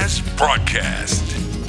SBS Broadcast.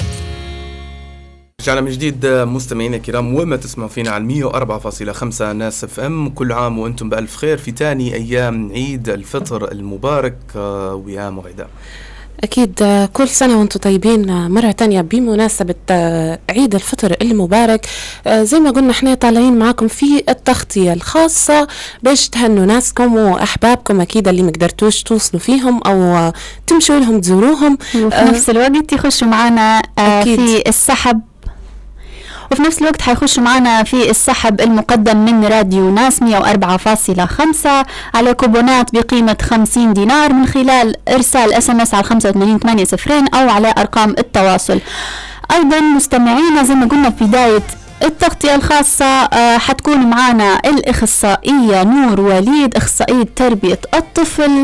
رجعنا من جديد مستمعينا الكرام، وما تسمعوا فينا على 104.5 ناس اف ام. كل عام وانتم بألف خير في تاني ايام عيد الفطر المبارك ويا مغيدة. أكيد كل سنة وانتم طيبين مرة تانية بمناسبة عيد الفطر المبارك. زي ما قلنا احنا طالعين معاكم في التغطية الخاصة باش تهنوا ناسكم وأحبابكم أكيد اللي مقدرتوش توصلوا فيهم أو تمشوا لهم تزوروهم، وفي نفس الوقت يخشوا معنا في السحب، وفي نفس الوقت حيخشوا معنا في السحب المقدم من راديو ناس 104.5 على كوبونات بقيمة 50 دينار من خلال إرسال SMS على 8580 أو على أرقام التواصل. أيضا مستمعينا زي ما قلنا في بداية التغطية الخاصة حتكون معنا الإخصائية نور وليد، إخصائية تربية الطفل،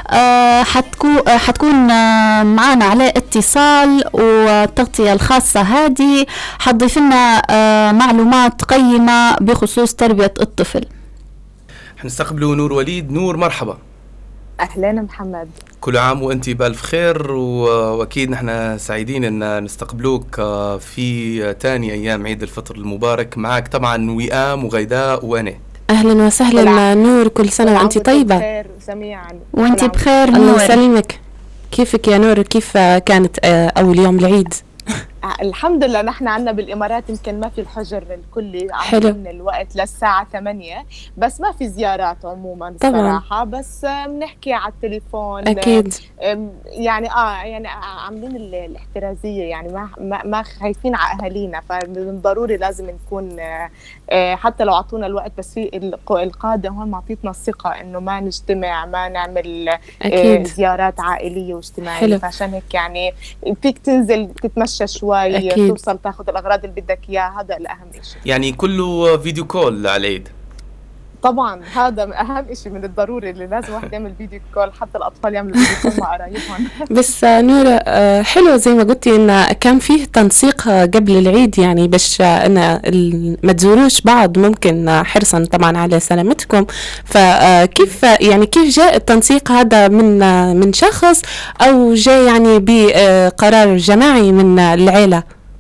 حتكون معنا على اتصال. والتغطية الخاصة هذه حتضيف لنا معلومات قيمة بخصوص تربية الطفل. حنستقبلوا نور وليد. نور مرحبا. أهلا محمد، كل عام وانتي بألف خير، واكيد نحن سعيدين ان نستقبلوك في تاني ايام عيد الفطر المبارك. معك طبعا وئام وغيداء وانا. أهلا وسهلا نور، كل سنة وانتي طيبة. بخير جميعا. وانتي بخير الله نور. يسلمك. كيفك يا نور؟ كيف كانت أول يوم العيد؟ الحمد لله نحن عنا بالإمارات يمكن ما في الحجر الكلي عاملين الوقت للساعة 8، بس ما في زيارات عموما الصراحة، بس بنحكي على التليفون أكيد. يعني يعني عاملين الاحترازية، يعني ما خايفين على أهالينا، فمن ضروري لازم نكون حتى لو عطونا الوقت، بس في القادة هون معطيتنا الثقة إنه ما نجتمع، ما نعمل زيارات عائلية واجتماعية. فعشان هيك يعني فيك تنزل تتمشى شوي، توصل تاخذ الأغراض اللي بدك إياها، هذا الأهم إشي. يعني كله فيديو كول على العيد؟ طبعا هذا أهم إشي من الضروري اللي لازم واحد يعمل فيديو كول، حتى الأطفال يعملوا فيديو كول مع قرايبهم. بس نورة حلو زي ما قلتي إن كان فيه تنسيق قبل العيد، يعني باش إن ما تزوروش بعض، ممكن حرصا طبعا على سلامتكم. فكيف يعني كيف جاء التنسيق هذا من شخص أو جاء يعني بقرار جماعي من العيلة؟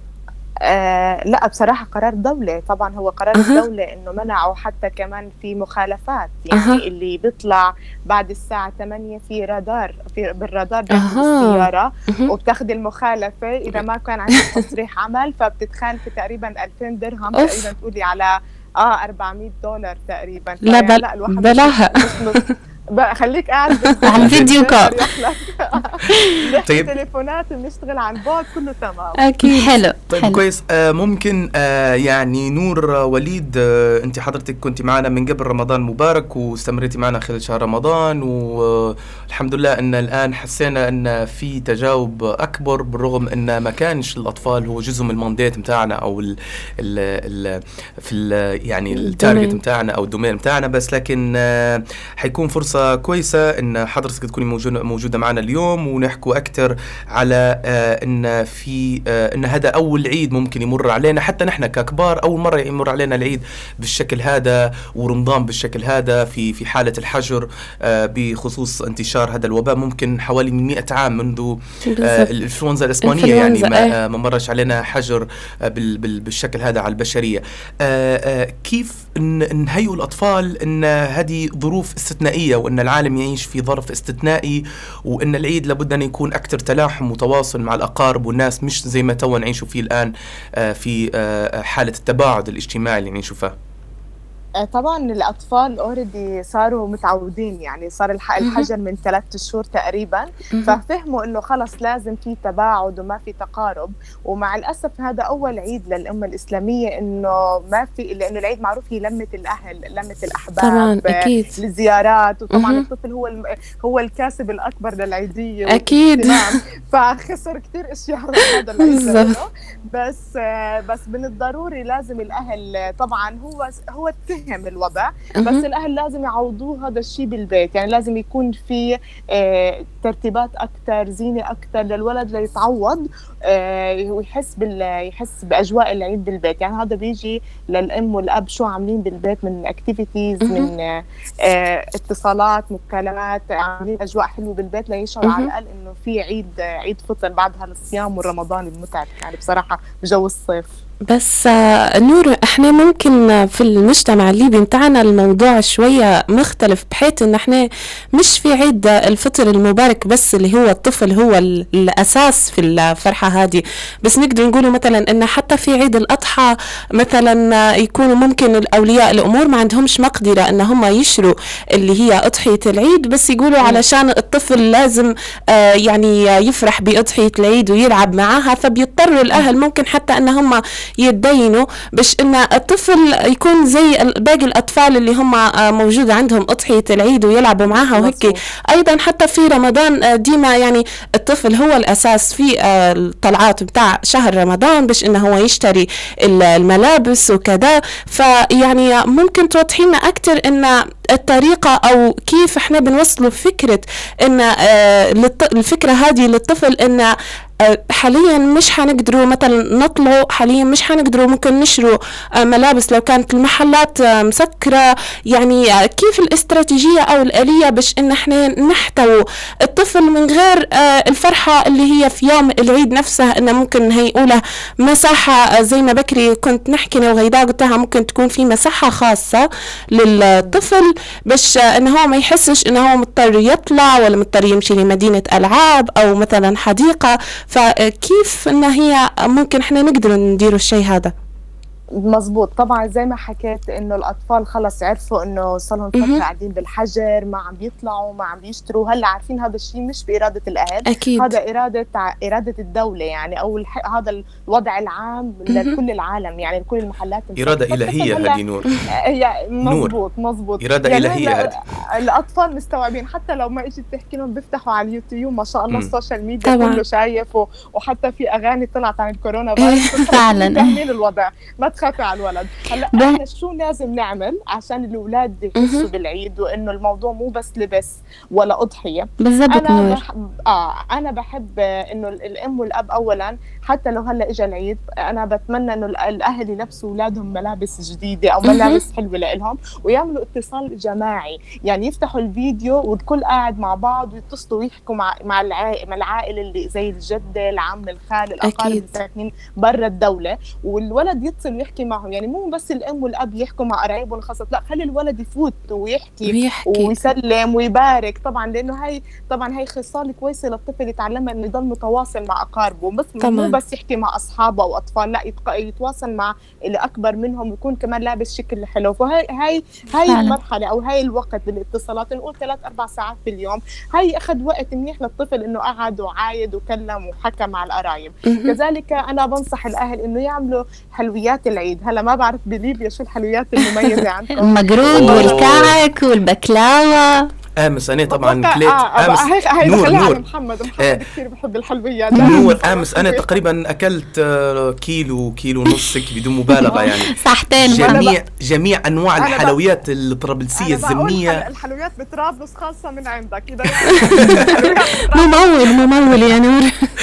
لا بصراحة قرار دولة، طبعا هو قرار الدولة إنه منعوا حتى كمان في مخالفات، يعني اللي بيطلع بعد الساعة 8 في رادار، بالرادار داخل السيارة وبتاخد المخالفة. إذا ما كان عندك تصريح عمل فبتتخالفي تقريبا 2000 درهم تقريبا، تقولي على $400 تقريبا. لا بلاها خليك قاعد على الفيديو كول. طيب تليفونات بنشتغل عن بعد، كله تمام. أكيد. حلو. طيب كويس. ممكن يعني نور وليد، انت حضرتك كنت معنا من قبل رمضان مبارك واستمريتي معنا خلال شهر رمضان، والحمد لله ان الان حسينا ان في تجاوب اكبر، بالرغم ان ما كانش الاطفال هو جزء من المانديت متاعنا او يعني التارجت متاعنا او الدومين متاعنا، بس لكن حيكون فرصة كويسة ان حضرتك تكوني موجودة معنا اليوم، ونحكوا اكثر على ان في ان هذا اول عيد ممكن يمر علينا، حتى نحن ككبار اول مرة يمر علينا العيد بالشكل هذا، ورمضان بالشكل هذا في حالة الحجر بخصوص انتشار هذا الوباء. ممكن حوالي من 100 عام منذ الانفلونزا الاسبانية يعني ما مرش علينا حجر بالشكل هذا على البشرية. كيف نهيئوا الأطفال أن هذه ظروف استثنائية، وأن العالم يعيش في ظرف استثنائي، وأن العيد لابد أن يكون أكثر تلاحم وتواصل مع الأقارب والناس، مش زي ما توا نعيشوا فيه الآن في حالة التباعد الاجتماعي اللي نعيشوا فيه. طبعا الأطفال already صاروا متعودين، يعني صار الحجر من 3 شهور تقريبا، ففهموا إنه خلص لازم في تباعد وما في تقارب. ومع الأسف هذا أول عيد للأمة الإسلامية إنه ما في، لأنه العيد معروف هي لمة الأهل، لمة الأحباب طبعا أكيد، الزيارات، وطبعا الطفل هو الكاسب الأكبر للعيدية أكيد. فخسر كتير أشياء هذا العيد، بس من الضروري لازم الأهل طبعا هو التهنئة فهم الوضع. بس الأهل لازم يعوضوه هذا الشيء بالبيت، يعني لازم يكون في ترتيبات أكتر، زينة أكتر للولد ليتعوض ويحس يحس بأجواء العيد بالبيت. يعني هذا بيجي للأم والأب شو عاملين بالبيت من اكتيفيتيز، من اتصالات، مكالمات، عاملين أجواء حلوة بالبيت ليشعر على الأقل إنه في عيد فطر بعد هالصيام والرمضان المتعب يعني بصراحة بجو الصيف. بس نور، احنا ممكن في المجتمع الليبي متاعنا الموضوع شوية مختلف، بحيث ان احنا مش في عيد الفطر المبارك بس اللي هو الطفل هو الاساس في الفرحة هذه، بس نقدر نقوله مثلا ان حتى في عيد الاضحى مثلا يكونوا ممكن الاولياء الامور ما عندهمش مقدرة ان هم يشروا اللي هي اضحية العيد، بس يقولوا علشان الطفل لازم يعني يفرح باضحية العيد ويلعب معاها، فبيضطروا الاهل ممكن حتى ان هم يتدينوا باش ان الطفل يكون زي باقي الاطفال اللي هم موجوده عندهم اضحيه العيد ويلعبوا معاها وهيك. ايضا حتى في رمضان ديما يعني الطفل هو الاساس في الطلعات بتاع شهر رمضان باش انه هو يشتري الملابس وكذا. فيعني ممكن توضحي لنا اكثر ان الطريقة أو كيف إحنا بنوصلوا فكرة إن الفكرة هذه للطفل إن حاليا مش حنقدروا مثلا نطلعوا، حاليا مش حنقدروا ممكن نشروا ملابس لو كانت المحلات مسكرة. يعني كيف الاستراتيجية أو الآلية باش إن إحنا نحتوي الطفل من غير الفرحة اللي هي في يوم العيد نفسه، إنه ممكن هيقوله مساحة زي ما بكري كنت نحكي أنا وغيداء قلتها، ممكن تكون في مساحة خاصة للطفل باش إنه هو ما يحسش إنه هو مضطر يطلع ولا مضطر يمشي لمدينة ألعاب أو مثلا حديقة. فكيف إن هي ممكن إحنا نقدر نديروا الشيء هذا؟ مزبوط. طبعا زي ما حكيت انه الاطفال خلص عرفوا انه صار لهم فتره قاعدين بالحجر، ما عم بيطلعوا، ما عم بيشتروا. هلا عارفين هذا الشيء مش باراده الاهل، أكيد. هذا اراده الدوله يعني، او هذا الوضع العام لكل العالم يعني لكل المحلات. اراده الهيه هذه نور. هي مزبوط اراده يعني الهيه هذه. الاطفال مستوعبين، حتى لو ما اجيت تحكي لهم بيفتحوا على اليوتيوب ما شاء الله السوشيال ميديا كله شايف، وحتى في اغاني طلعت عن الكورونا فيروس فعلا فاهمين الوضع. ما تخافي على الولد. هلا احنا شو لازم نعمل عشان الاولاد يحسوا بالعيد وانه الموضوع مو بس لبس ولا اضحيه؟ بالضبط. انا بحب انه الام والاب اولا، حتى لو هلا اجى العيد انا بتمنى انه الاهل يلبسوا اولادهم ملابس جديده او ملابس حلوه لهم، ويعملوا اتصال جماعي، يعني يفتحوا الفيديو والكل قاعد مع بعض ويتصلوا ويحكوا مع العائله اللي زي الجده، العم، الخال، الاقارب اللي ساكنين برا الدوله، والولد يتصل ويحكي معهم. يعني مو بس الام والاب يحكوا مع قرايبهم خاصه، لا خلي الولد يفوت ويحكي ويسلم ويبارك طبعا، لانه هي خصال كويسه للطفل يتعلمها انه يضل متواصل مع اقاربه، مو بس يحكي مع اصحابه او اطفال، لا يتواصل مع اللي اكبر منهم، ويكون كمان لابس شكل حلو. فهي المرحله او هاي الوقت بالاتصالات نقول 3-4 ساعات باليوم، هاي اخذ وقت منيح للطفل انه قعد وعايد وكلم وحكى مع القرايب. كذلك انا بنصح الاهل انه يعملوا حلويات العيد. هلا ما بعرف بليبيا شو الحلويات المميزه عندكم؟ المقروض والكعك والبكلاوه. امس انا طبعا كليت امس نور محمد كثير بحب الحلويات. نور امس انا تقريبا اكلت كيلو ونص بدون مبالغه يعني صحتين جميع انواع الحلويات الطرابلسيه الزمنيه. الحلويات بطرابلس خاصه من عندك اذا ممول يا نور.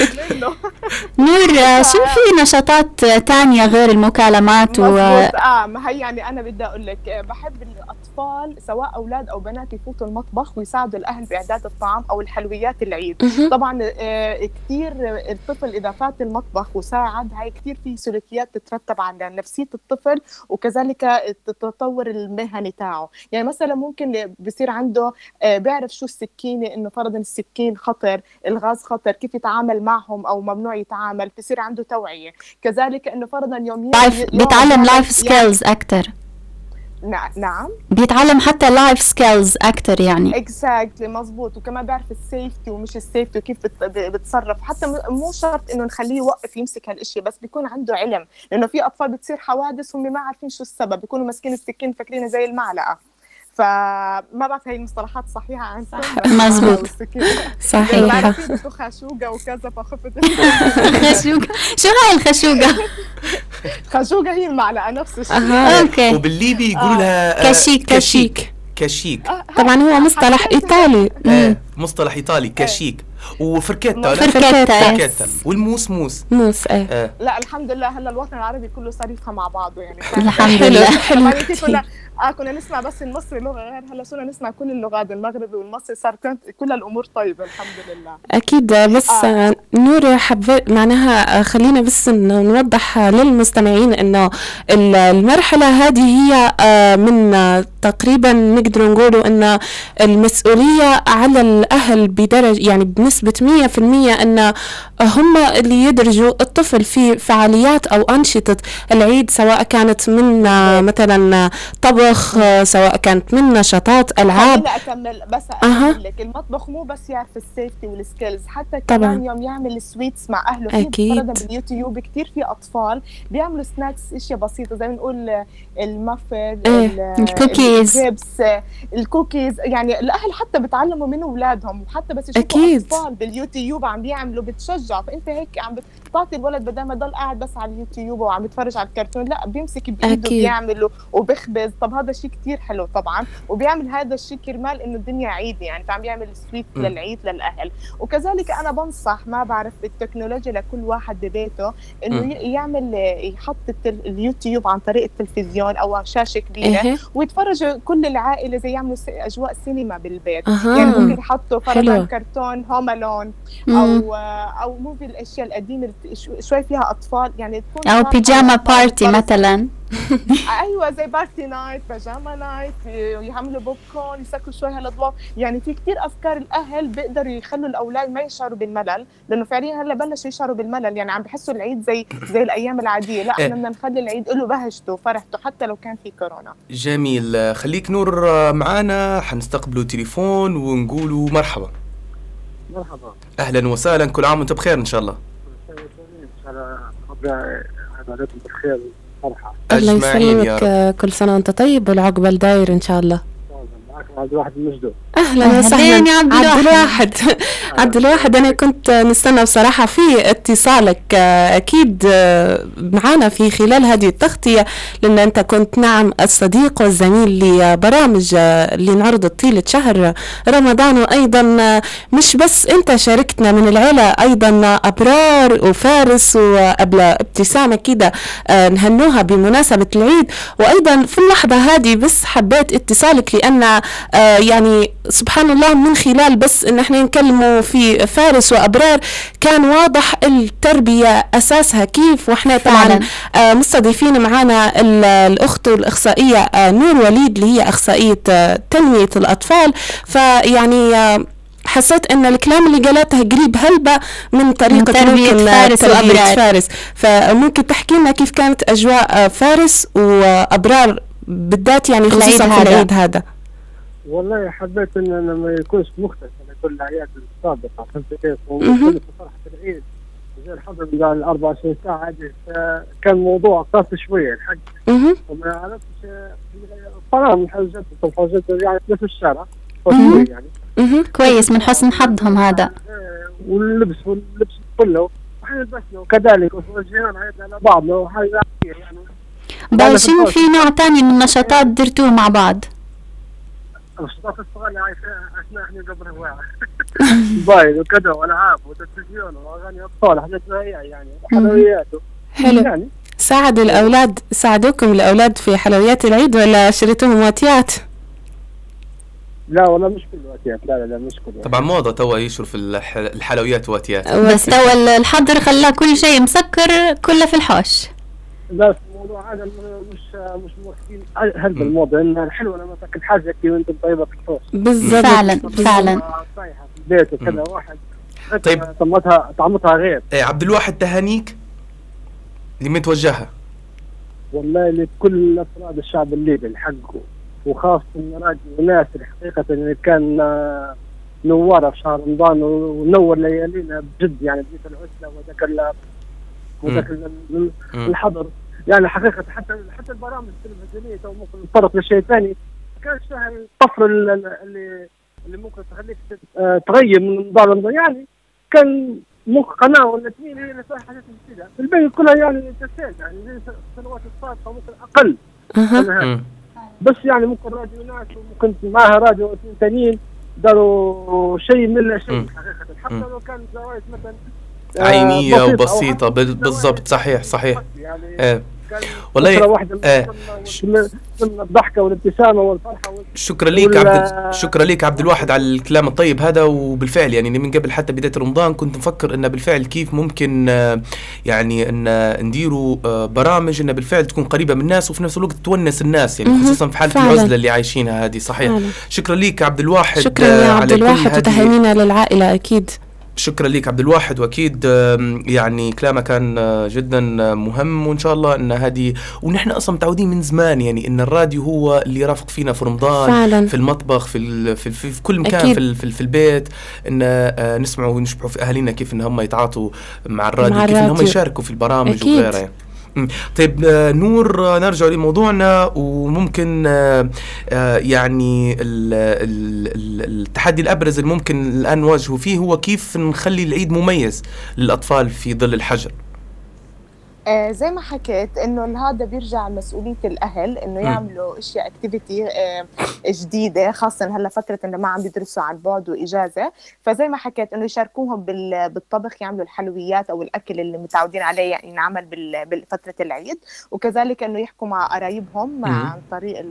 نور شو في نشاطات تانية غير المكالمات ما هي يعني انا بدي اقول لك بحب الاطفال سواء اولاد او بنات يفوتوا المطبخ ويساعدوا الاهل باعداد الطعام او الحلويات العيد. طبعا كثير الطفل اذا فات المطبخ وساعد، هاي كثير في سلوكيات تترتب على نفسيه الطفل وكذلك التطور المهني تاعه. يعني مثلا ممكن بصير عنده بيعرف شو السكينه، انه فرضا السكين خطر، الغاز خطر، كيف يتعامل معهم او ممنوع يتعامل، بصير عنده توعيه. كذلك انه فرضا يوميا بيتعلم لايف سكيلز اكثر. نعم بيتعلم حتى لايف سكيلز اكثر يعني. اكزاكتلي مزبوط. وكمان بيعرف السيفتي ومش السيفتي وكيف بتصرف. حتى مو شرط انه نخليه يوقف يمسك هالاشياء، بس بيكون عنده علم، لانه في اطفال بتصير حوادث هم ما عارفين شو السبب، بيكونوا ماسكين السكين فاكرينها زي المعلقه. فما بعرف هي المصطلحات صحيحة عندكم. مزبوط صحيح. خشوقة وكذا فخفت. خشوقة شو هاي الخشوقة؟ خشوقة هي المعلقة نفس الشيء. اوكي. وبالليبي يقولوا لها كاشيك. طبعا هو مصطلح ايطالي. مصطلح ايطالي كاشيك. وفركيتا والموس موس. لا الحمد لله هلا الوطن العربي كله صار يفهم مع بعضه يعني. الحمد لله. كنا نسمع بس المصري لغه غير، هلا صرنا نسمع كل اللغات، المغربي والمصري، صار كل الامور طيبه الحمد لله. اكيد. بس نور حبيت معناها خلينا بس نوضح للمستمعين انه المرحله هذه هي من تقريبا نقدر نقولوا ان المسؤوليه على الاهل بدرجه يعني بنسبه 100% ان هم اللي يدرجوا الطفل في فعاليات او انشطه العيد، سواء كانت من مثلا طبخ، سواء كانت من نشاطات العاب. خليني اكمل بس اقول لك المطبخ مو بس يعرف السيفتي والسكيلز، حتى كمان يوم يعمل سويتس مع اهله. اكيد باليوتيوب كثير في اطفال بيعملوا سناكس، اشياء بسيطه زي ما نقول المافن، الكوكيز. يعني الاهل حتى بتعلموا من اولادهم، وحتى بس يشوفوا اطفال باليوتيوب عم بيعملوا بتشجع. فانت هيك عم بتعطي الولد بدل ما يضل قاعد بس على اليوتيوب وعم بيتفرج على الكرتون، لا بيمسك بايده بيعمل وبخبز. طب هذا شيء كتير حلو طبعا، وبيعمل هذا الشيء كرمال انه الدنيا عيد يعني، فعم بيعمل سويت للعيد للاهل. وكذلك انا بنصح، ما بعرف التكنولوجيا لكل واحد ببيته انه يعمل يحط اليوتيوب عن طريق التلفزيون او شاشه كبيره ويتفرجوا كل العائله، زي يعملوا اجواء سينما بالبيت. يعني ممكن يحطوا فرضا كرتون هوم الون او موفي الاشياء القديمه شوي فيها اطفال، يعني تكون او بيجاما بارتي مثلا. ايوه زي بارتي نايت، بيجاما نايت، يعملوا بوب كورن، يسكروا شوي هالاضواء. يعني في كتير افكار الاهل بيقدروا يخلوا الاولاد ما يشعروا بالملل، لانه فعليا هلا بلشوا يشعروا بالملل، يعني عم بحسوا العيد زي الايام العاديه. لا احنا بدنا نخلي العيد له بهجته وفرحته حتى لو كان في كورونا. جميل. خليك نور معانا، حنستقبلوا تليفون ونقولوا مرحبا. اهلا وسهلا، كل عام وانت بخير ان شاء الله. عليكم بالخير والفرحة. الله يسلمك، كل سنة وانت طيب والعقبال داير ان شاء الله. معكم عبد الواحد المجدو. اهلا وسهلا عبد الواحد. انا كنت نستنى بصراحة في اتصالك اكيد معنا في خلال هذه التغطية، لان انت كنت نعم الصديق والزميل لبرامج اللي نعرض طيلة شهر رمضان. وايضا مش بس انت شاركتنا من العيلة، ايضا ابرار وفارس وقبل ابتسامة كده نهنوها بمناسبة العيد. وايضا في اللحظة هذه بس حبيت اتصالك، لان يعني سبحان الله من خلال بس ان احنا نكلموا في فارس وابرار كان واضح التربية اساسها كيف. واحنا طبعا مستضيفين معانا الاخت الاخصائية نور وليد اللي هي اخصائية تنمية الاطفال. فيعني حسيت ان الكلام اللي قالته قريب هلبة من طريقة تربية فارس وابرار. فممكن تحكي لنا كيف كانت اجواء فارس وابرار بالذات، يعني خصوصا في العيد هذا؟ والله حبيت ان ما يكونش مختلف عن كل الاعياد السابقه، فهمت كيف؟ وكل فرحه العيد زي الحضر بتاع 24 ساعه هذه كان موضوع قاسي شويه الحق. وما عرفتش طبعا من حاجات يعني في الشارع يعني كويس من حسن حظهم هذا. واللبس كله وحين لبسنا وكذلك والجيران عيدنا على بعضنا وحاجه يعني. شنو في نوع ثاني من النشاطات درتوه مع بعض؟ النشاطات الصغيرة عشنا احنا قبل هواء موبايل وكذا والعاب وتلفزيون واغاني اطفال حاجات يعني وحلويات. حلو يعني. ساعدوكم الاولاد في حلويات العيد ولا شريتوهم واتيات؟ لا والله مش كل واتيات، لا مش كل. طبعا موضة توا يشروا في الحلويات واتيات، بس توا الحظر خلاه كل شيء مسكر كله في الحوش. لا الموضوع هذا مش موافقين هذا الموضوع، ان الحلوه لما تاكل حاجه كي وانت طيبه في الحوش. بالضبط فعلا صايحه في البيت وكذا واحد. طيب طعمتها غير. عبد الواحد تهانيك لمن توجهها؟ والله لكل افراد الشعب الليبي الحق، وخاصه الراديو وناس الحقيقه اللي كان نواره في شهر رمضان ونور ليالينا بجد، يعني بيت العزله وذاك الحضر. يعني حقيقة حتى البرامج التلفزيونية ممكن نتطرق لشيء ثاني، كانش الطفره اللي ممكن تخليك تغير من نظام يعني كان ممكن قناه ولا اثنين هي اللي فيها حاجات جديده، الباقي كلها يعني تسهيل يعني زي السنوات السابقه ممكن اقل. بس يعني ممكن راديو ناس وممكن معها راديو اثنين ثانيين داروا شيء من لا شيء حقيقه، حتى لو كان زوايا مثلا عينيه وبسيطه بالضبط. صحيح يعني والله ضمن الضحكه والابتسامه والفرحه شكرا لك عبد الواحد على الكلام الطيب هذا. وبالفعل يعني من قبل حتى بدايه رمضان كنت مفكر ان بالفعل كيف ممكن يعني ان نديروا برامج ان بالفعل تكون قريبه من الناس وفي نفس الوقت تونس الناس يعني خصوصا في حاله العزله اللي عايشينها هذه. صحيح. شكرا لك عبد الواحد. شكرا يا عبد الواحد وتهانينا للعائله. اكيد شكرا لك عبد الواحد، واكيد يعني كلامه كان جدا مهم، وان شاء الله ان هذه ونحن اصلا متعودين من زمان يعني ان الراديو هو اللي يرافق فينا في رمضان فعلا. في المطبخ في كل مكان في البيت ان نسمع ونشبحوا في اهالينا كيف ان هم يتعاطوا مع الراديو كيف ان هم يشاركوا في البرامج وغيرها يعني. طيب نور، نرجع لموضوعنا. وممكن يعني التحدي الأبرز اللي ممكن الآن نواجهه فيه هو كيف نخلي العيد مميز للأطفال في ظل الحجر. زي ما حكيت انه هذا بيرجع مسؤوليه الاهل انه يعملوا اشياء اكتيفيتي جديده، خاصه هلا فتره انه ما عم بيدرسوا عن بعد واجازه. فزي ما حكيت انه يشاركوهم بالطبخ، يعملوا الحلويات او الاكل اللي متعودين عليه يعني ينعمل بفتره العيد، وكذلك انه يحكوا مع قرايبهم عن طريق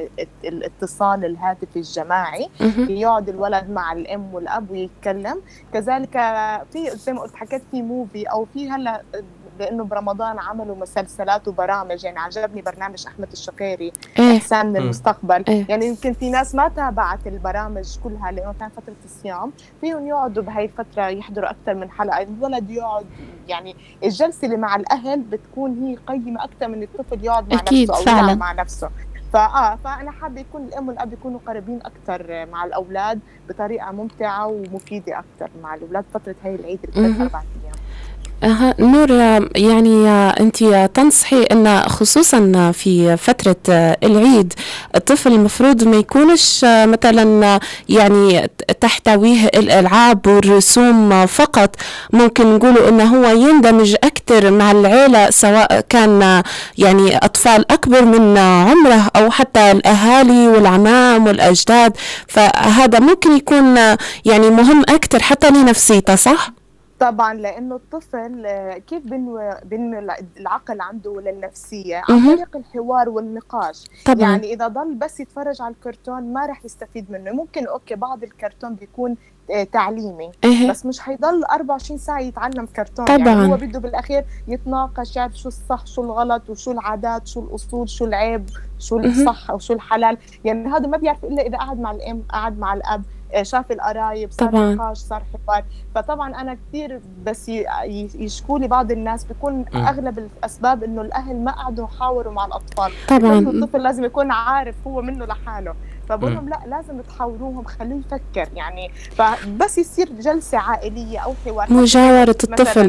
الاتصال الهاتفي الجماعي، يقعد الولد مع الام والاب ويتكلم. كذلك في زي ما قلت حكيت في موفي او في هلا لأنه برمضان عملوا مسلسلات وبرامج، يعني عجبني برنامج أحمد الشقيري إحسان من المستقبل. يعني يمكن في ناس ما تابعت البرامج كلها لأنه كان فترة الصيام، فيهم يقعدوا بهاي الفترة يحضروا أكثر من حلقة. الولد يقعد يعني الجلسة اللي مع الأهل بتكون هي قيمة أكثر من الطفل يقعد مع نفسه أو يلعب مع نفسه. فأنا حابة يكون الأم والأب يكونوا قريبين أكثر مع الأولاد بطريقة ممتعة ومفيدة أكثر مع الأولاد فترة هاي العيد اللي 4 أيام. نور، يعني أنت تنصحي أن خصوصا في فترة العيد الطفل المفروض ما يكونش مثلا يعني تحتويه الألعاب والرسوم فقط، ممكن نقوله أنه هو يندمج أكثر مع العيلة سواء كان يعني أطفال أكبر من عمره أو حتى الأهالي والعمام والأجداد، فهذا ممكن يكون يعني مهم أكثر حتى لنفسيته. صح؟ طبعا لانه الطفل كيف بنمو العقل عنده للنفسيه عن طريق الحوار والنقاش طبعا. يعني اذا ضل بس يتفرج على الكرتون ما رح يستفيد منه. ممكن اوكي بعض الكرتون بيكون تعليمي بس مش هيضل 24 ساعه يتعلم كرتون طبعا. يعني هو بده بالاخير يتناقش، يعرف شو الصح شو الغلط وشو العادات شو الاصول شو العيب شو الصح او شو الحلال. يعني هذا ما بيعرف الا اذا قعد مع الام قعد مع الاب شاف القرايب صار نقاش صار حوار. فطبعا انا كثير بس يشكوا لي بعض الناس بيكون اغلب الاسباب انه الاهل ما قعدوا يحاوروا مع الاطفال طبعا. الطفل لازم يكون عارف هو منه لحاله، فبقول لهم لا لازم تحاوروهم خليه يفكر يعني. فبس يصير جلسه عائليه او حوار مجاوره الطفل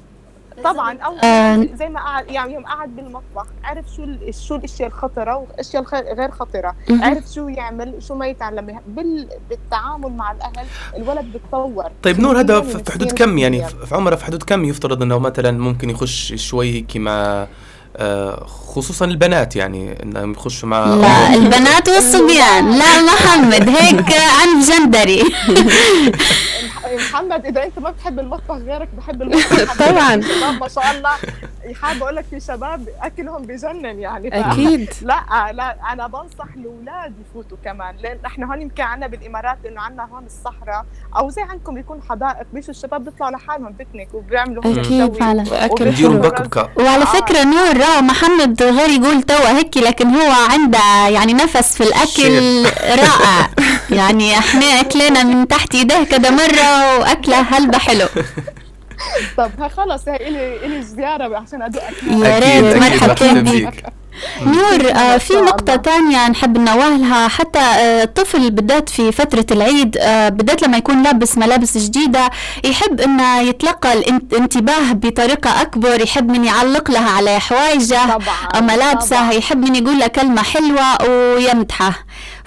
طبعا او زي ما قعد يعني يوم قعد بالمطبخ عرف شو الاشياء الخطره والاشياء غير خطره، عرف شو يعمل شو ما يتعلم. بالتعامل مع الاهل الولد بيتطور. طيب نور، هذا في حدود كم يعني في عمره في حدود كم يفترض انه مثلا ممكن يخش شوي هيك مع خصوصا البنات يعني انهم يخشوا مع لا البنات والصبيان لا محمد هيك عن جندري محمد اذا انت ما بتحب المطبخ غيرك بحب المطبخ طبعا. شباب ما شاء الله حابه اقول لك في شباب اكلهم بجنن يعني اكيد. لا انا بنصح الاولاد يفوتوا كمان، لان احنا هون يمكن عندنا بالامارات انه عندنا هون الصحراء او زي عندكم بيكون حدائق بيشوا الشباب بيطلعوا لحالهم بيكنيك وبيعملوا اكيد فعلا اكل وعلى فكره نور محمد غير يقول توا هيك لكن هو عنده يعني نفس في الاكل رائع يعني احنا اكلنا من تحت ايديه كذا مره واكله هلبة حلو. طب خلص هي إلي زيارة عشان أدوق يا ريت مرحبا بك. نور في نقطة تانية نحب ننوهلها حتى الطفل بالذات في فترة العيد بالذات لما يكون لابس ملابس جديدة يحب انه يتلقى الانتباه بطريقة اكبر، يحب من يعلق لها على حوايجه او ملابسه، يحب من يقول لها كلمة حلوة ويمدحه.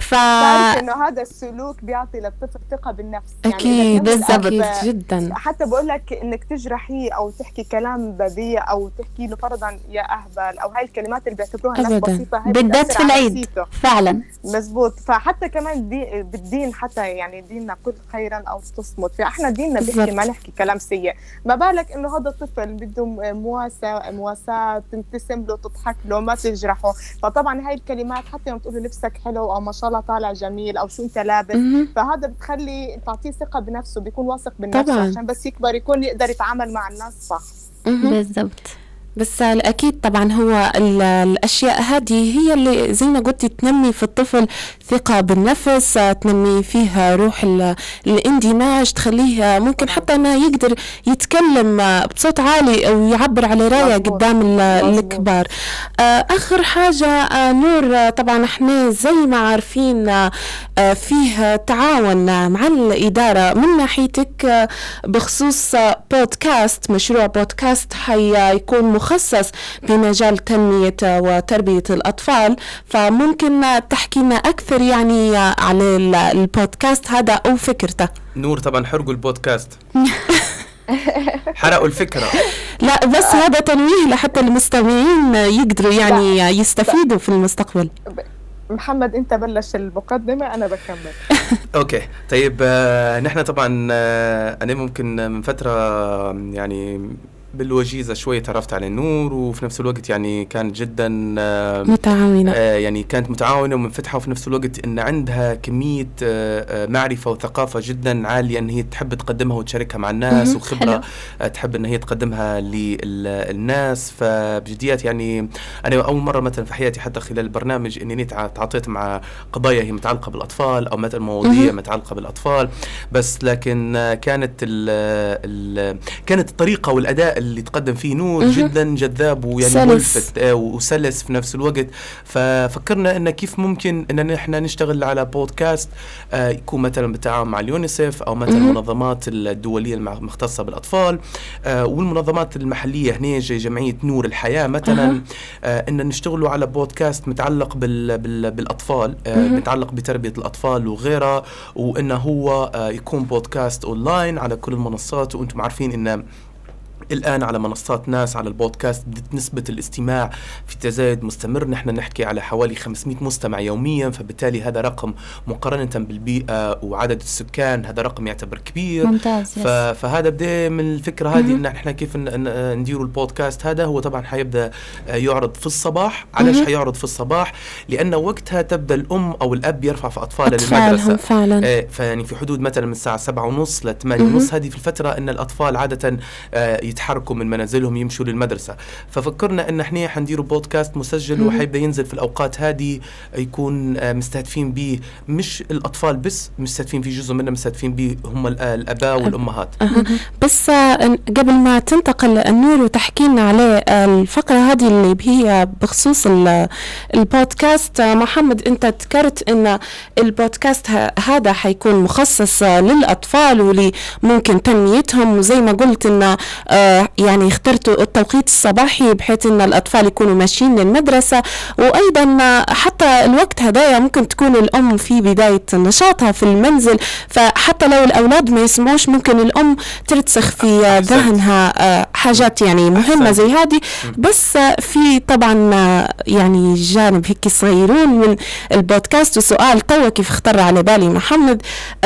تعرف انه هذا السلوك بيعطي للطفل ثقه بالنفس. اكيد يعني بالضبط جدا. حتى بقول لك انك تجرحيه او تحكي كلام بذيء او تحكي له فرضا يا اهبل او هاي الكلمات اللي بيعتبروها الناس بسيطه، هاي بالذات في العيد فعلا مزبوط. فحتى كمان بالدين حتى يعني ديننا كل خيرا او تصمت، فاحنا ديننا بيحكي ما نحكي كلام سيء، ما بالك انه هذا الطفل بده مواساة تبتسم له تضحك له ما تجرحه. فطبعا هاي الكلمات حتى يوم تقول له لبسك حلو او ما شاء الله طالع جميل او شو انت لابس، فهذا بتخلي تعطيه ثقه بنفسه، بيكون واثق بالنفس عشان بس يكبر يكون يقدر يتعامل مع الناس صح. بالضبط. بس الأكيد طبعا هو الأشياء هذه هي اللي زي ما قلتي تنمي في الطفل ثقة بالنفس، تنمي فيها روح الاندماج، تخليه ممكن حتى أنه يقدر يتكلم بصوت عالي أو يعبر على رأيه قدام الكبار. آخر حاجة نور، طبعا احنا زي ما عارفين فيه تعاون مع الإدارة من ناحيتك بخصوص بودكاست، مشروع بودكاست حيكون مخصص بمجال تنمية وتربية الأطفال، فممكن تحكي لنا أكثر يعني على البودكاست هذا أو فكرته؟ نور طبعا حرقوا البودكاست حرقوا الفكرة. لا بس هذا تنويه لحتى المستمعين يقدروا يعني يستفيدوا في المستقبل. محمد انت بلش المقدمة انا بكمل. اوكي طيب. نحن طبعا انا ممكن من فترة يعني بالوجيزة شوي تعرفت على نور، وفي نفس الوقت يعني كانت جدا متعاونة، يعني كانت متعاونة ومنفتحة، وفي نفس الوقت ان عندها كمية معرفة وثقافة جدا عالية ان هي تحب تقدمها وتشاركها مع الناس، وخبرة تحب ان هي تقدمها للناس. فبجديات يعني انا اول مرة مثلا في حياتي حتى خلال البرنامج اني تعاطيت مع قضايا هي متعلقة بالاطفال او مثلا مواضيع متعلقة بالاطفال، بس لكن كانت الطريقة والاداء اللي تقدم فيه نور جدا جذاب ويعني ملفت وسلس في نفس الوقت. ففكرنا ان كيف ممكن ان احنا نشتغل على بودكاست يكون مثلا بالتعاون مع اليونيسف او مثلا المنظمات الدوليه المختصه بالاطفال والمنظمات المحليه هنا جمعيه نور الحياه مثلا، ان نشتغلوا على بودكاست متعلق بالاطفال، متعلق بتربيه الاطفال وغيرها، وانه هو يكون بودكاست اونلاين على كل المنصات. وانتم عارفين ان الآن على منصات ناس على البودكاست بدت نسبة الاستماع في تزايد مستمر، نحن نحكي على حوالي 500 مستمع يوميا، فبالتالي هذا رقم مقارنة بالبيئة وعدد السكان هذا رقم يعتبر كبير. ممتاز. فهذا بدأ من الفكرة هذه ان احنا كيف نديروا البودكاست هذا. هو طبعا حيبدأ يعرض في الصباح. علاش حيعرض في الصباح؟ لأنه وقتها تبدأ الأم أو الأب يرفع في أطفاله للمدرسة فعلا. فيعني في حدود مثلا من الساعة 7:30 ل 8:30 هذه في الفترة ان الأطفال عادة يتحركوا من منازلهم يمشوا للمدرسة. ففكرنا ان احنا حنديروا بودكاست مسجل وحيبدا ينزل في الاوقات هذه، يكون مستهدفين به مش الاطفال بس، مستهدفين فيه جزء منهم مستهدفين به هم الاباء والامهات. بس قبل ما تنتقل النور وتحكي لنا على الفقرة هذه اللي هي بخصوص البودكاست، محمد انت ذكرت ان البودكاست هذا حيكون مخصص للاطفال واللي ممكن تنميتهم، وزي ما قلت ان يعني اخترتوا التوقيت الصباحي بحيث ان الاطفال يكونوا ماشيين للمدرسة، وايضا حتى الوقت هذايا ممكن تكون الام في بداية نشاطها في المنزل، فحتى لو الاولاد ما يسمعوش ممكن الام ترتسخ في ذهنها حاجات يعني مهمة زي هذه. بس في طبعا يعني جانب هيك صغيرون من البودكاست، وسؤال توا كيف اختار على بالي محمد،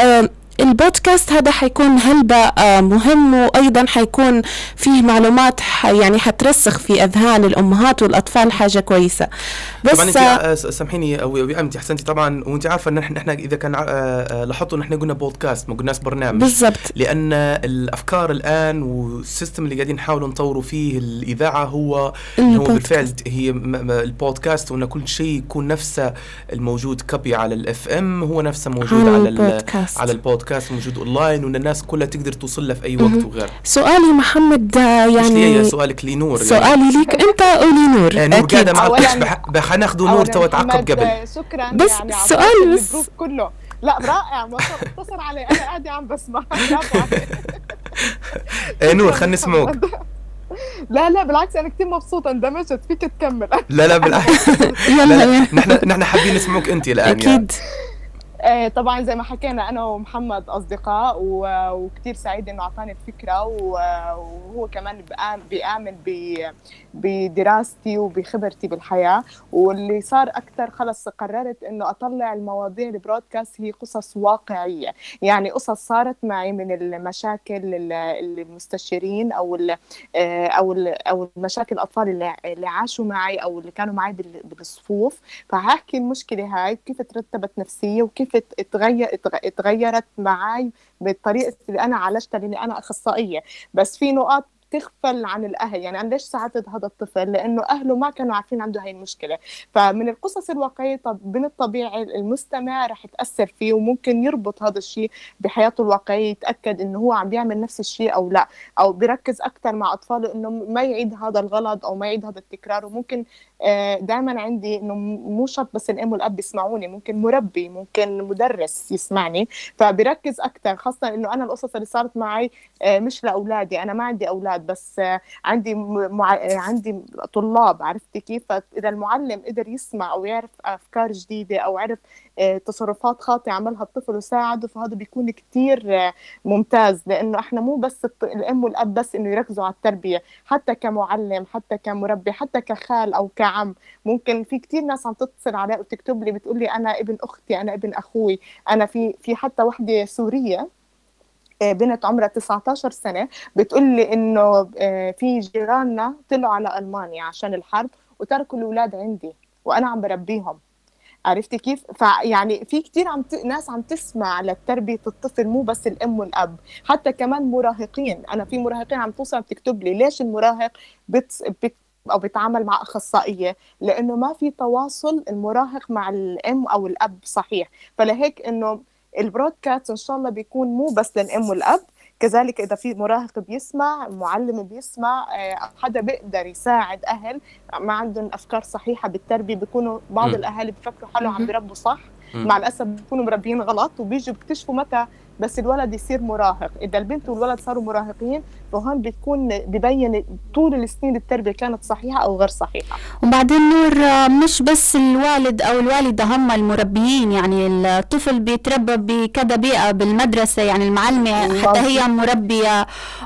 البودكاست هذا حيكون هلبة مهم، وأيضا حيكون فيه معلومات يعني حترسخ في أذهان الأمهات والأطفال، حاجة كويسة. بس طبعا انت سامحيني او انت احسنتي طبعا، وانت عارفه ان احنا اذا كان لاحظتوا ان احنا قلنا بودكاست ما قلناش برنامج بالضبط، لان الافكار الان والسيستم اللي قاعدين نحاول نطوروا فيه الاذاعه هو بالفعل هي البودكاست، وان كل شيء يكون نفسه الموجود كوبي على الاف ام هو نفسه موجود على البودكاست موجود اونلاين، وان الناس كلها تقدر توصل له في اي وقت وغير. سؤالي محمد يعني سؤالك لنور، سؤالي يعني ليك انت او لنور؟ نور قاعده معك خناخذوا نور تو تعقب قبل. شكرا بس يعني السؤال بس كله لا رائع، ما اتصل علي انا قاعده عم بسمع. نور خلينا نسمعوك. لا بالعكس انا كثير مبسوطه اندمجت فيك تكمل. لا بالعكس نحن حابين نسمعوك انت الان اكيد طبعا زي ما حكينا أنا ومحمد أصدقاء، وكتير سعيد إنه أعطاني الفكرة، وهو كمان بيآمن بدراستي وبخبرتي بالحياة. واللي صار أكتر خلص قررت إنه أطلع المواضيع البرودكاست هي قصص واقعية، يعني قصص صارت معي من المشاكل المستشارين أو المشاكل الأطفال اللي عاشوا معي أو اللي كانوا معي بالصفوف. فهحكي المشكلة هاي كيف ترتبت نفسية وكيف اتغيرت معي بالطريقة اللي أنا عالجتها، لأني أنا أخصائية. بس في نقاط تغفل عن الأهل، يعني أنا ليش ساعدت هذا الطفل؟ لأنه أهله ما كانوا عارفين عنده هاي المشكلة. فمن القصص الواقعية من الطبيعي المستمع رح يتأثر فيه، وممكن يربط هذا الشيء بحياته الواقعية، يتأكد إنه هو عم بيعمل نفس الشيء أو لا، أو بيركز أكتر مع أطفاله إنه ما يعيد هذا الغلط أو ما يعيد هذا التكرار. وممكن دائما عندي إنه مو شرط بس الأم والأب يسمعوني، ممكن مربي، ممكن مدرس يسمعني، فبركز أكتر. خاصة إنه أنا القصص اللي صارت معي مش لأولادي، أنا ما عندي أولاد، بس عندي طلاب، عرفتي كيف؟ فإذا المعلم قدر يسمع أو يعرف أفكار جديدة أو عرف تصرفات خاطئة عملها الطفل وساعده، فهذا بيكون كتير ممتاز. لأنه إحنا مو بس الأم والأب بس إنه يركزوا على التربية، حتى كمعلم، حتى كمربي، حتى كخال أو كعم. ممكن في كتير ناس عم تتصل علي وتكتب لي بتقول لي أنا ابن أختي، أنا ابن أخوي، أنا في حتى وحدة سورية بنت عمرها 19 سنة بتقول لي إنه في جيراننا طلعوا على ألمانيا عشان الحرب وتركوا الأولاد عندي وأنا عم بربيهم. عرفتي كيف؟ فيعني في كتير ناس عم تسمع لتربية الطفل، مو بس الأم والأب، حتى كمان مراهقين. أنا في مراهقين عم توصل تكتب لي ليش المراهق أو بيتعامل مع أخصائية؟ لأنه ما في تواصل المراهق مع الأم أو الأب صحيح. فلهيك إنه البرودكاست إن شاء الله بيكون مو بس للأم والأب، كذلك إذا في مراهق بيسمع، معلم بيسمع، حدا بيقدر يساعد أهل ما عندهم أفكار صحيحة بالتربية. بيكونوا بعض الأهالي بيفكروا حالهم عم بيربوا صح، مع الأسف بيكونوا مربيين غلط، وبيجوا بيكتشفوا متى بس الولد يصير مراهق. إذا البنت والولد صاروا مراهقين فهون بيبين طول السنين التربية كانت صحيحة أو غير صحيحة. وبعدين نور، مش بس الوالد أو الوالدة هم المربيين، يعني الطفل بيتربى بكذا بيئة بالمدرسة، يعني المعلمة حتى هي مربية،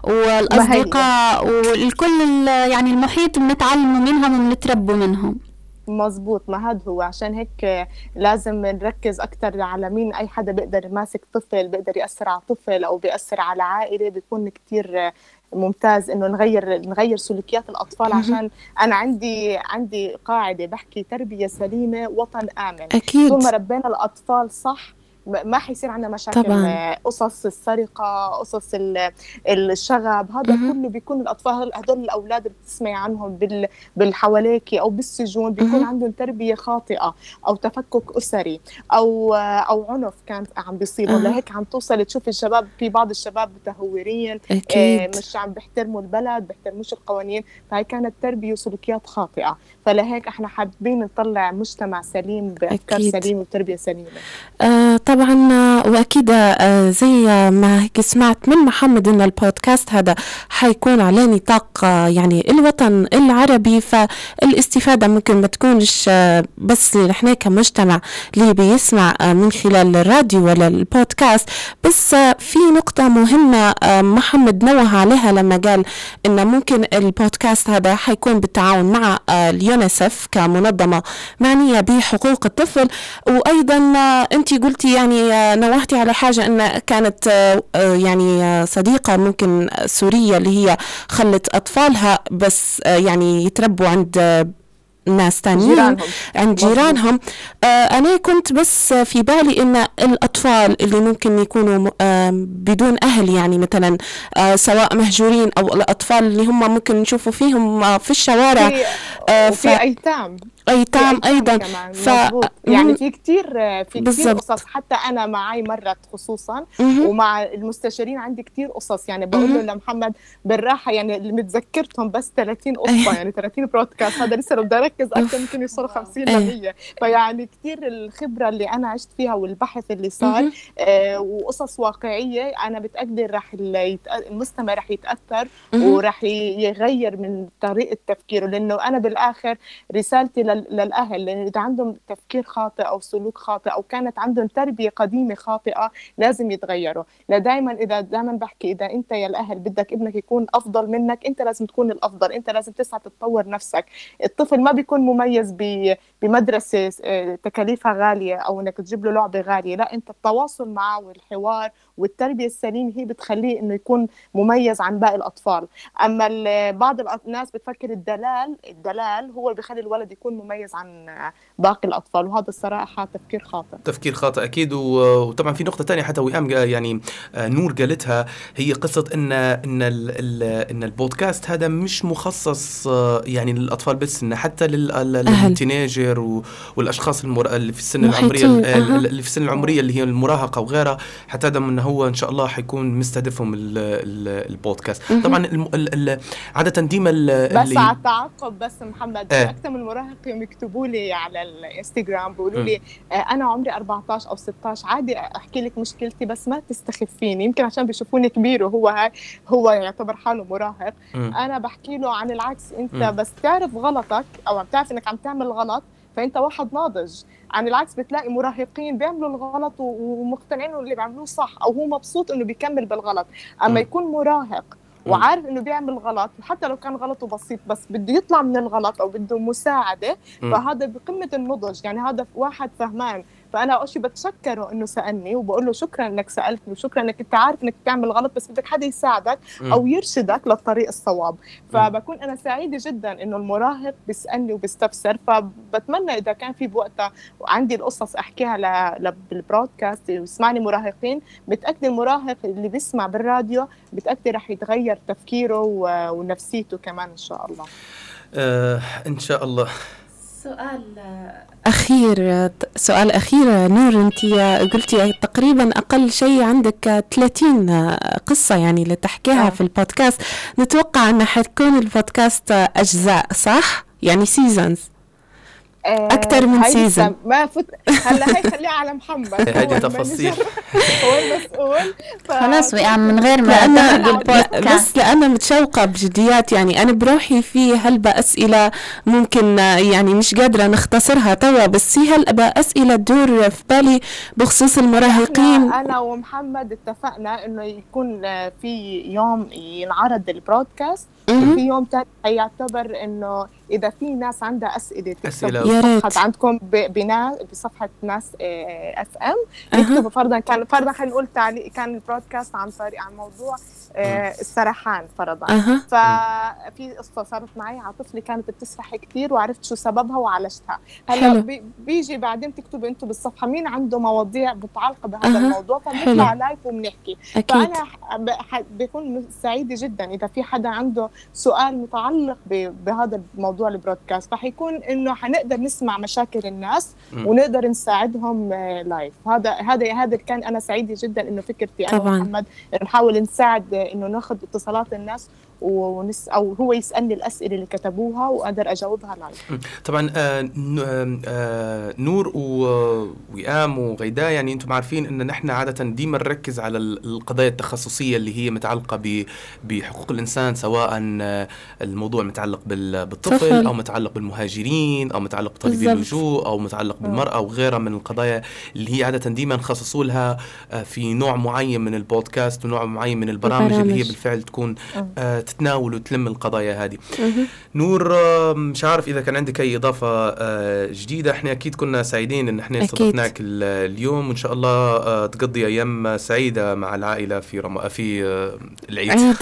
والأصدقاء والكل يعني المحيط بنتعلموا منهم وبنتربوا منهم. مزبوط، ما هذا هو. عشان هيك لازم نركز أكتر على مين. أي حدا بيقدر ماسك طفل بيقدر يأثر على طفل أو بيأثر على عائلة بيكون كتير ممتاز إنه نغير سلوكيات الأطفال. عشان أنا عندي قاعدة بحكي تربية سليمة وطن آمن. أكيد. طول ما ربينا الأطفال صح ما حيصير عندنا مشاكل طبعاً. قصص السرقة، قصص الشغب، هذا كله بيكون الأطفال هدول الأولاد اللي بتسمعي عنهم بالحواليكي أو بالسجون بيكون عندهم تربية خاطئة أو تفكك أسري أو عنف كان عم بيصيبهم. لهيك عم توصل تشوف الشباب، في بعض الشباب متهورين، مش عم بيحترموا البلد، بيحترموش القوانين، فهي كانت تربية وسلوكيات خاطئة. فلهيك احنا حابين نطلع مجتمع سليم بأفكار سليمة وتربية سليمة. طبعا، واكيد زي ما هيك سمعت من محمد ان البودكاست هذا حيكون على نطاق يعني الوطن العربي، فالاستفاده ممكن ما تكونش بس نحن كمجتمع اللي بيسمع من خلال الراديو ولا البودكاست بس. في نقطه مهمه محمد نوه عليها لما قال ان ممكن البودكاست هذا حيكون بالتعاون مع اليونيسف كمنظمه معنيه بحقوق الطفل. وايضا انت قلتي يعني نوهتي على حاجة أن كانت يعني صديقة ممكن سورية اللي هي خلت أطفالها بس يعني يتربوا عند ناس تانيين عند جيرانهم. أنا كنت بس في بالي إن الأطفال اللي ممكن يكونوا بدون أهل، يعني مثلا سواء مهجورين أو الأطفال اللي هم ممكن نشوفوا فيهم في الشوارع، في أيتام أيضا يعني في كتير قصص. حتى أنا معي مرت خصوصا ومع المستشارين عندي كتير قصص. يعني بقول له لمحمد بالراحة، يعني اللي متذكرتهم بس 30 قصة يعني 30 برودكاست، هذا لسه لو بدي أركز أكثر ممكن يوصلوا 50 ل100. فيعني كتير الخبرة اللي أنا عشت فيها والبحث اللي صار وقصص واقعية، أنا بتقدر رح المستمع رح يتأثر ورح يغير من طريقة تفكيره. لأنه أنا بالآخر رسالتي للأهل، لأن إذا عندهم تفكير خاطئ أو سلوك خاطئ أو كانت عندهم تربية قديمة خاطئة لازم يتغيروا. إذا دائما بحكي إذا أنت يا الأهل بدك ابنك يكون أفضل منك، أنت لازم تكون الأفضل، أنت لازم تسعى تتطور نفسك. الطفل ما بيكون مميز بمدرسة تكاليفها غالية أو إنك تجيب له لعبة غالية، لا، أنت التواصل معه والحوار والتربية السليمة هي بتخليه إنه يكون مميز عن باقي الأطفال. أما بعض الناس بتفكر الدلال هو اللي بيخلي الولد يكون مميز عن باقي الأطفال، وهذا الصراحة تفكير خاطئ أكيد. وطبعا في نقطة تانية حتى وئام يعني نور قالتها، هي قصة إن البودكاست هذا مش مخصص يعني للأطفال بس، إن حتى للتينيجر والأشخاص اللي في السن العمرية اللي في السن العمرية اللي هي المراهقة وغيرها، حتى هذا إنه هو إن شاء الله حيكون مستهدفهم البودكاست. طبعا عادة ديما بس على التعقب بس محمد، أكثر من مراهقين يكتبوا لي على الانستغرام بيقولوا لي أنا عمري 14 أو 16 عادي أحكي لك مشكلتي بس ما تستخفيني، يمكن عشان بيشوفوني كبير وهو يعتبر حاله مراهق. أنا بحكي له عن العكس، أنت بس تعرف غلطك أو بتعرف إنك عم تعمل غلط فأنت واحد ناضج. عن العكس بتلاقي مراهقين بيعملوا الغلط ومقتنعين اللي بيعملوه صح أو هو مبسوط إنه بيكمل بالغلط. أما يكون مراهق وعارف إنه بيعمل غلط، وحتى لو كان غلطه بسيط بس بده يطلع من الغلط أو بده مساعدة، فهذا بقمة النضج. يعني هذا واحد فهمان. فأنا أشي بتشكره إنه سألني وبقول له شكرا إنك سألتني وشكرا إنك أنت عارف إنك تعمل غلط بس بدك حدا يساعدك أو يرشدك للطريق الصواب. فبكون أنا سعيدة جدا إنه المراهق بيسألني وبيستفسر. فبتمنى إذا كان في بوقتها وعندي القصص أحكيها بالبرودكاست ويسمعني مراهقين، بتأكد المراهق اللي بيسمع بالراديو بتأكد رح يتغير تفكيره ونفسيته كمان إن شاء الله. إن شاء الله. سؤال أخير نور، أنت قلتي تقريبا أقل شيء عندك 30 قصة يعني لتحكيها في البودكاست. نتوقع أن حتكون البودكاست أجزاء صح؟ يعني سيزونز أكتر من سيزن. ما فت هلا هي خليها على محمد، هذه تفاصيل هو المسؤول. خلاص وقع من غير ما بس لأنا متشوقة بجديات، يعني أنا بروحي في هلبة أسئلة ممكن يعني مش قادرة نختصرها توا، بس في هلبة أسئلة تدور في بالي بخصوص المراهقين. أنا ومحمد اتفقنا إنه يكون في يوم ينعرض البرودكاست وفي يوم تاني هيعتبر إنه إذا في ناس عندها أسئلة بصفحة عندكم بصفحة ناس FM يكتبوا فرضا خلينا نقول تعليق. كان البرودكاست عن موضوع السرحان فرضا. ففي قصة صارت معي على طفلة كانت بتسرح كتير وعرفت شو سببها وعالجتها. هلا بيجي بعدين تكتبوا انتم بالصفحة مين عنده مواضيع متعلقة بهذا الموضوع فبنطلع لايف وبنحكي. فأنا بكون سعيدة جدا إذا في حدا عنده سؤال متعلق بهذا الموضوع البرودكاست، رح يكون إنه حنقدر نسمع مشاكل الناس ونقدر نساعدهم لايف. هذا كان أنا سعيدة جدا إنه فكرتي أنا ومحمد نحاول نساعد إنه ناخذ اتصالات الناس أو هو يسألني الأسئلة اللي كتبوها وأقدر أجاوبها لايف. طبعا نور ووئام وغيداء، يعني أنتم عارفين إن نحن عادة ديما نركز على القضايا التخصصية اللي هي متعلقة بحقوق الإنسان، سواء الموضوع متعلق بالطفل أو متعلق بالمهاجرين أو متعلق بطالبي اللجوء أو متعلق بالمرأة وغيرها من القضايا اللي هي عادة ديما نخصصوا لها في نوع معين من البودكاست ونوع معين من البرامج اللي هي بالفعل تكون تتناول وتلم القضايا هذه. نور، مش عارف إذا كان عندك أي إضافة جديدة. احنا أكيد كنا سعيدين إن احنا استضفناك اليوم، وإن شاء الله تقضي أيام سعيدة مع العائلة في العيد.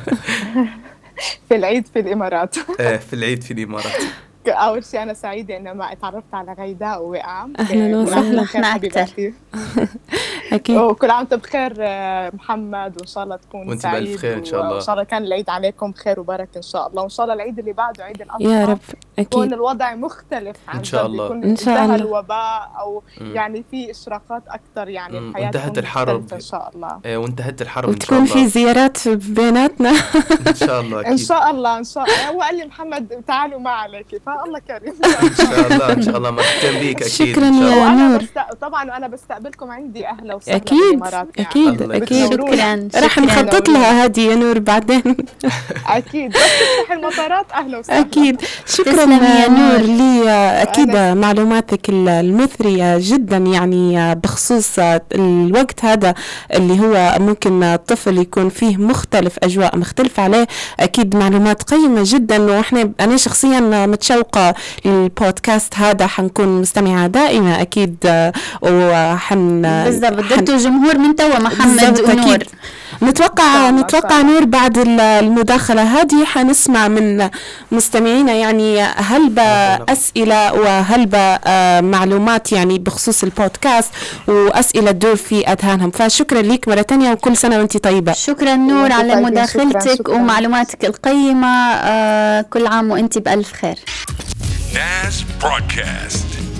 في العيد في الإمارات. في العيد في الإمارات. أول شيء أنا سعيدة إن ما اتعرفت على غيداء ووئام. أهلا وسهلا. إحنا أكتر. أكيد. وكل عام وأنت بخير محمد، وإن شاء الله تكون سعيد بخير إن شاء الله. وإن شاء الله كان العيد عليكم خير وبركة إن شاء الله، وإن شاء الله العيد اللي بعده عيد الأضحى يا رب. أكيد. يكون الوضع مختلف عن إن شاء الله. إن شاء الله الوباء أو يعني في إشراقات أكتر، يعني الحياة وانتهت الحرب إن شاء الله. وانتهت الحرب إن شاء الله. وتكون في زيارات بيناتنا إن شاء الله. أكيد. إن شاء الله إن شاء الله. هو قال لي محمد تعالوا ما عليك، فالله كريم. إن شاء الله مرحبا بيك. أكيد. شكرا يا نور. طبعا أنا بستقبلكم عندي أهلا وسهلا. أكيد أكيد أكيد. شكرا. راح نخطط لها هذه يا نور بعدين. أكيد بس تفتح المطارات أهلا وسهلا. أكيد. شكرا شكرا نور لي. أكيد معلوماتك المثرية جدا يعني بخصوص الوقت هذا اللي هو ممكن الطفل يكون فيه مختلف أجواء مختلفة عليه. أكيد معلومات قيمة جدا، وإحنا أنا شخصيا متشوقة للبودكاست هذا، حنكون مستمعة دائمة أكيد. بالضبط بدو جمهور من توا محمد ونور. نتوقع نور بعد المداخلة هذه حنسمع من مستمعينا يعني هلبة أسئلة وهلبة معلومات يعني بخصوص البودكاست، وأسئلة تدور في أذهانهم. فشكرا لك مرة تانية وكل سنة وانت طيبة. شكرا نور على مداخلتك شكرا. ومعلوماتك القيمة. كل عام وانت بألف خير. ناس برودكاست.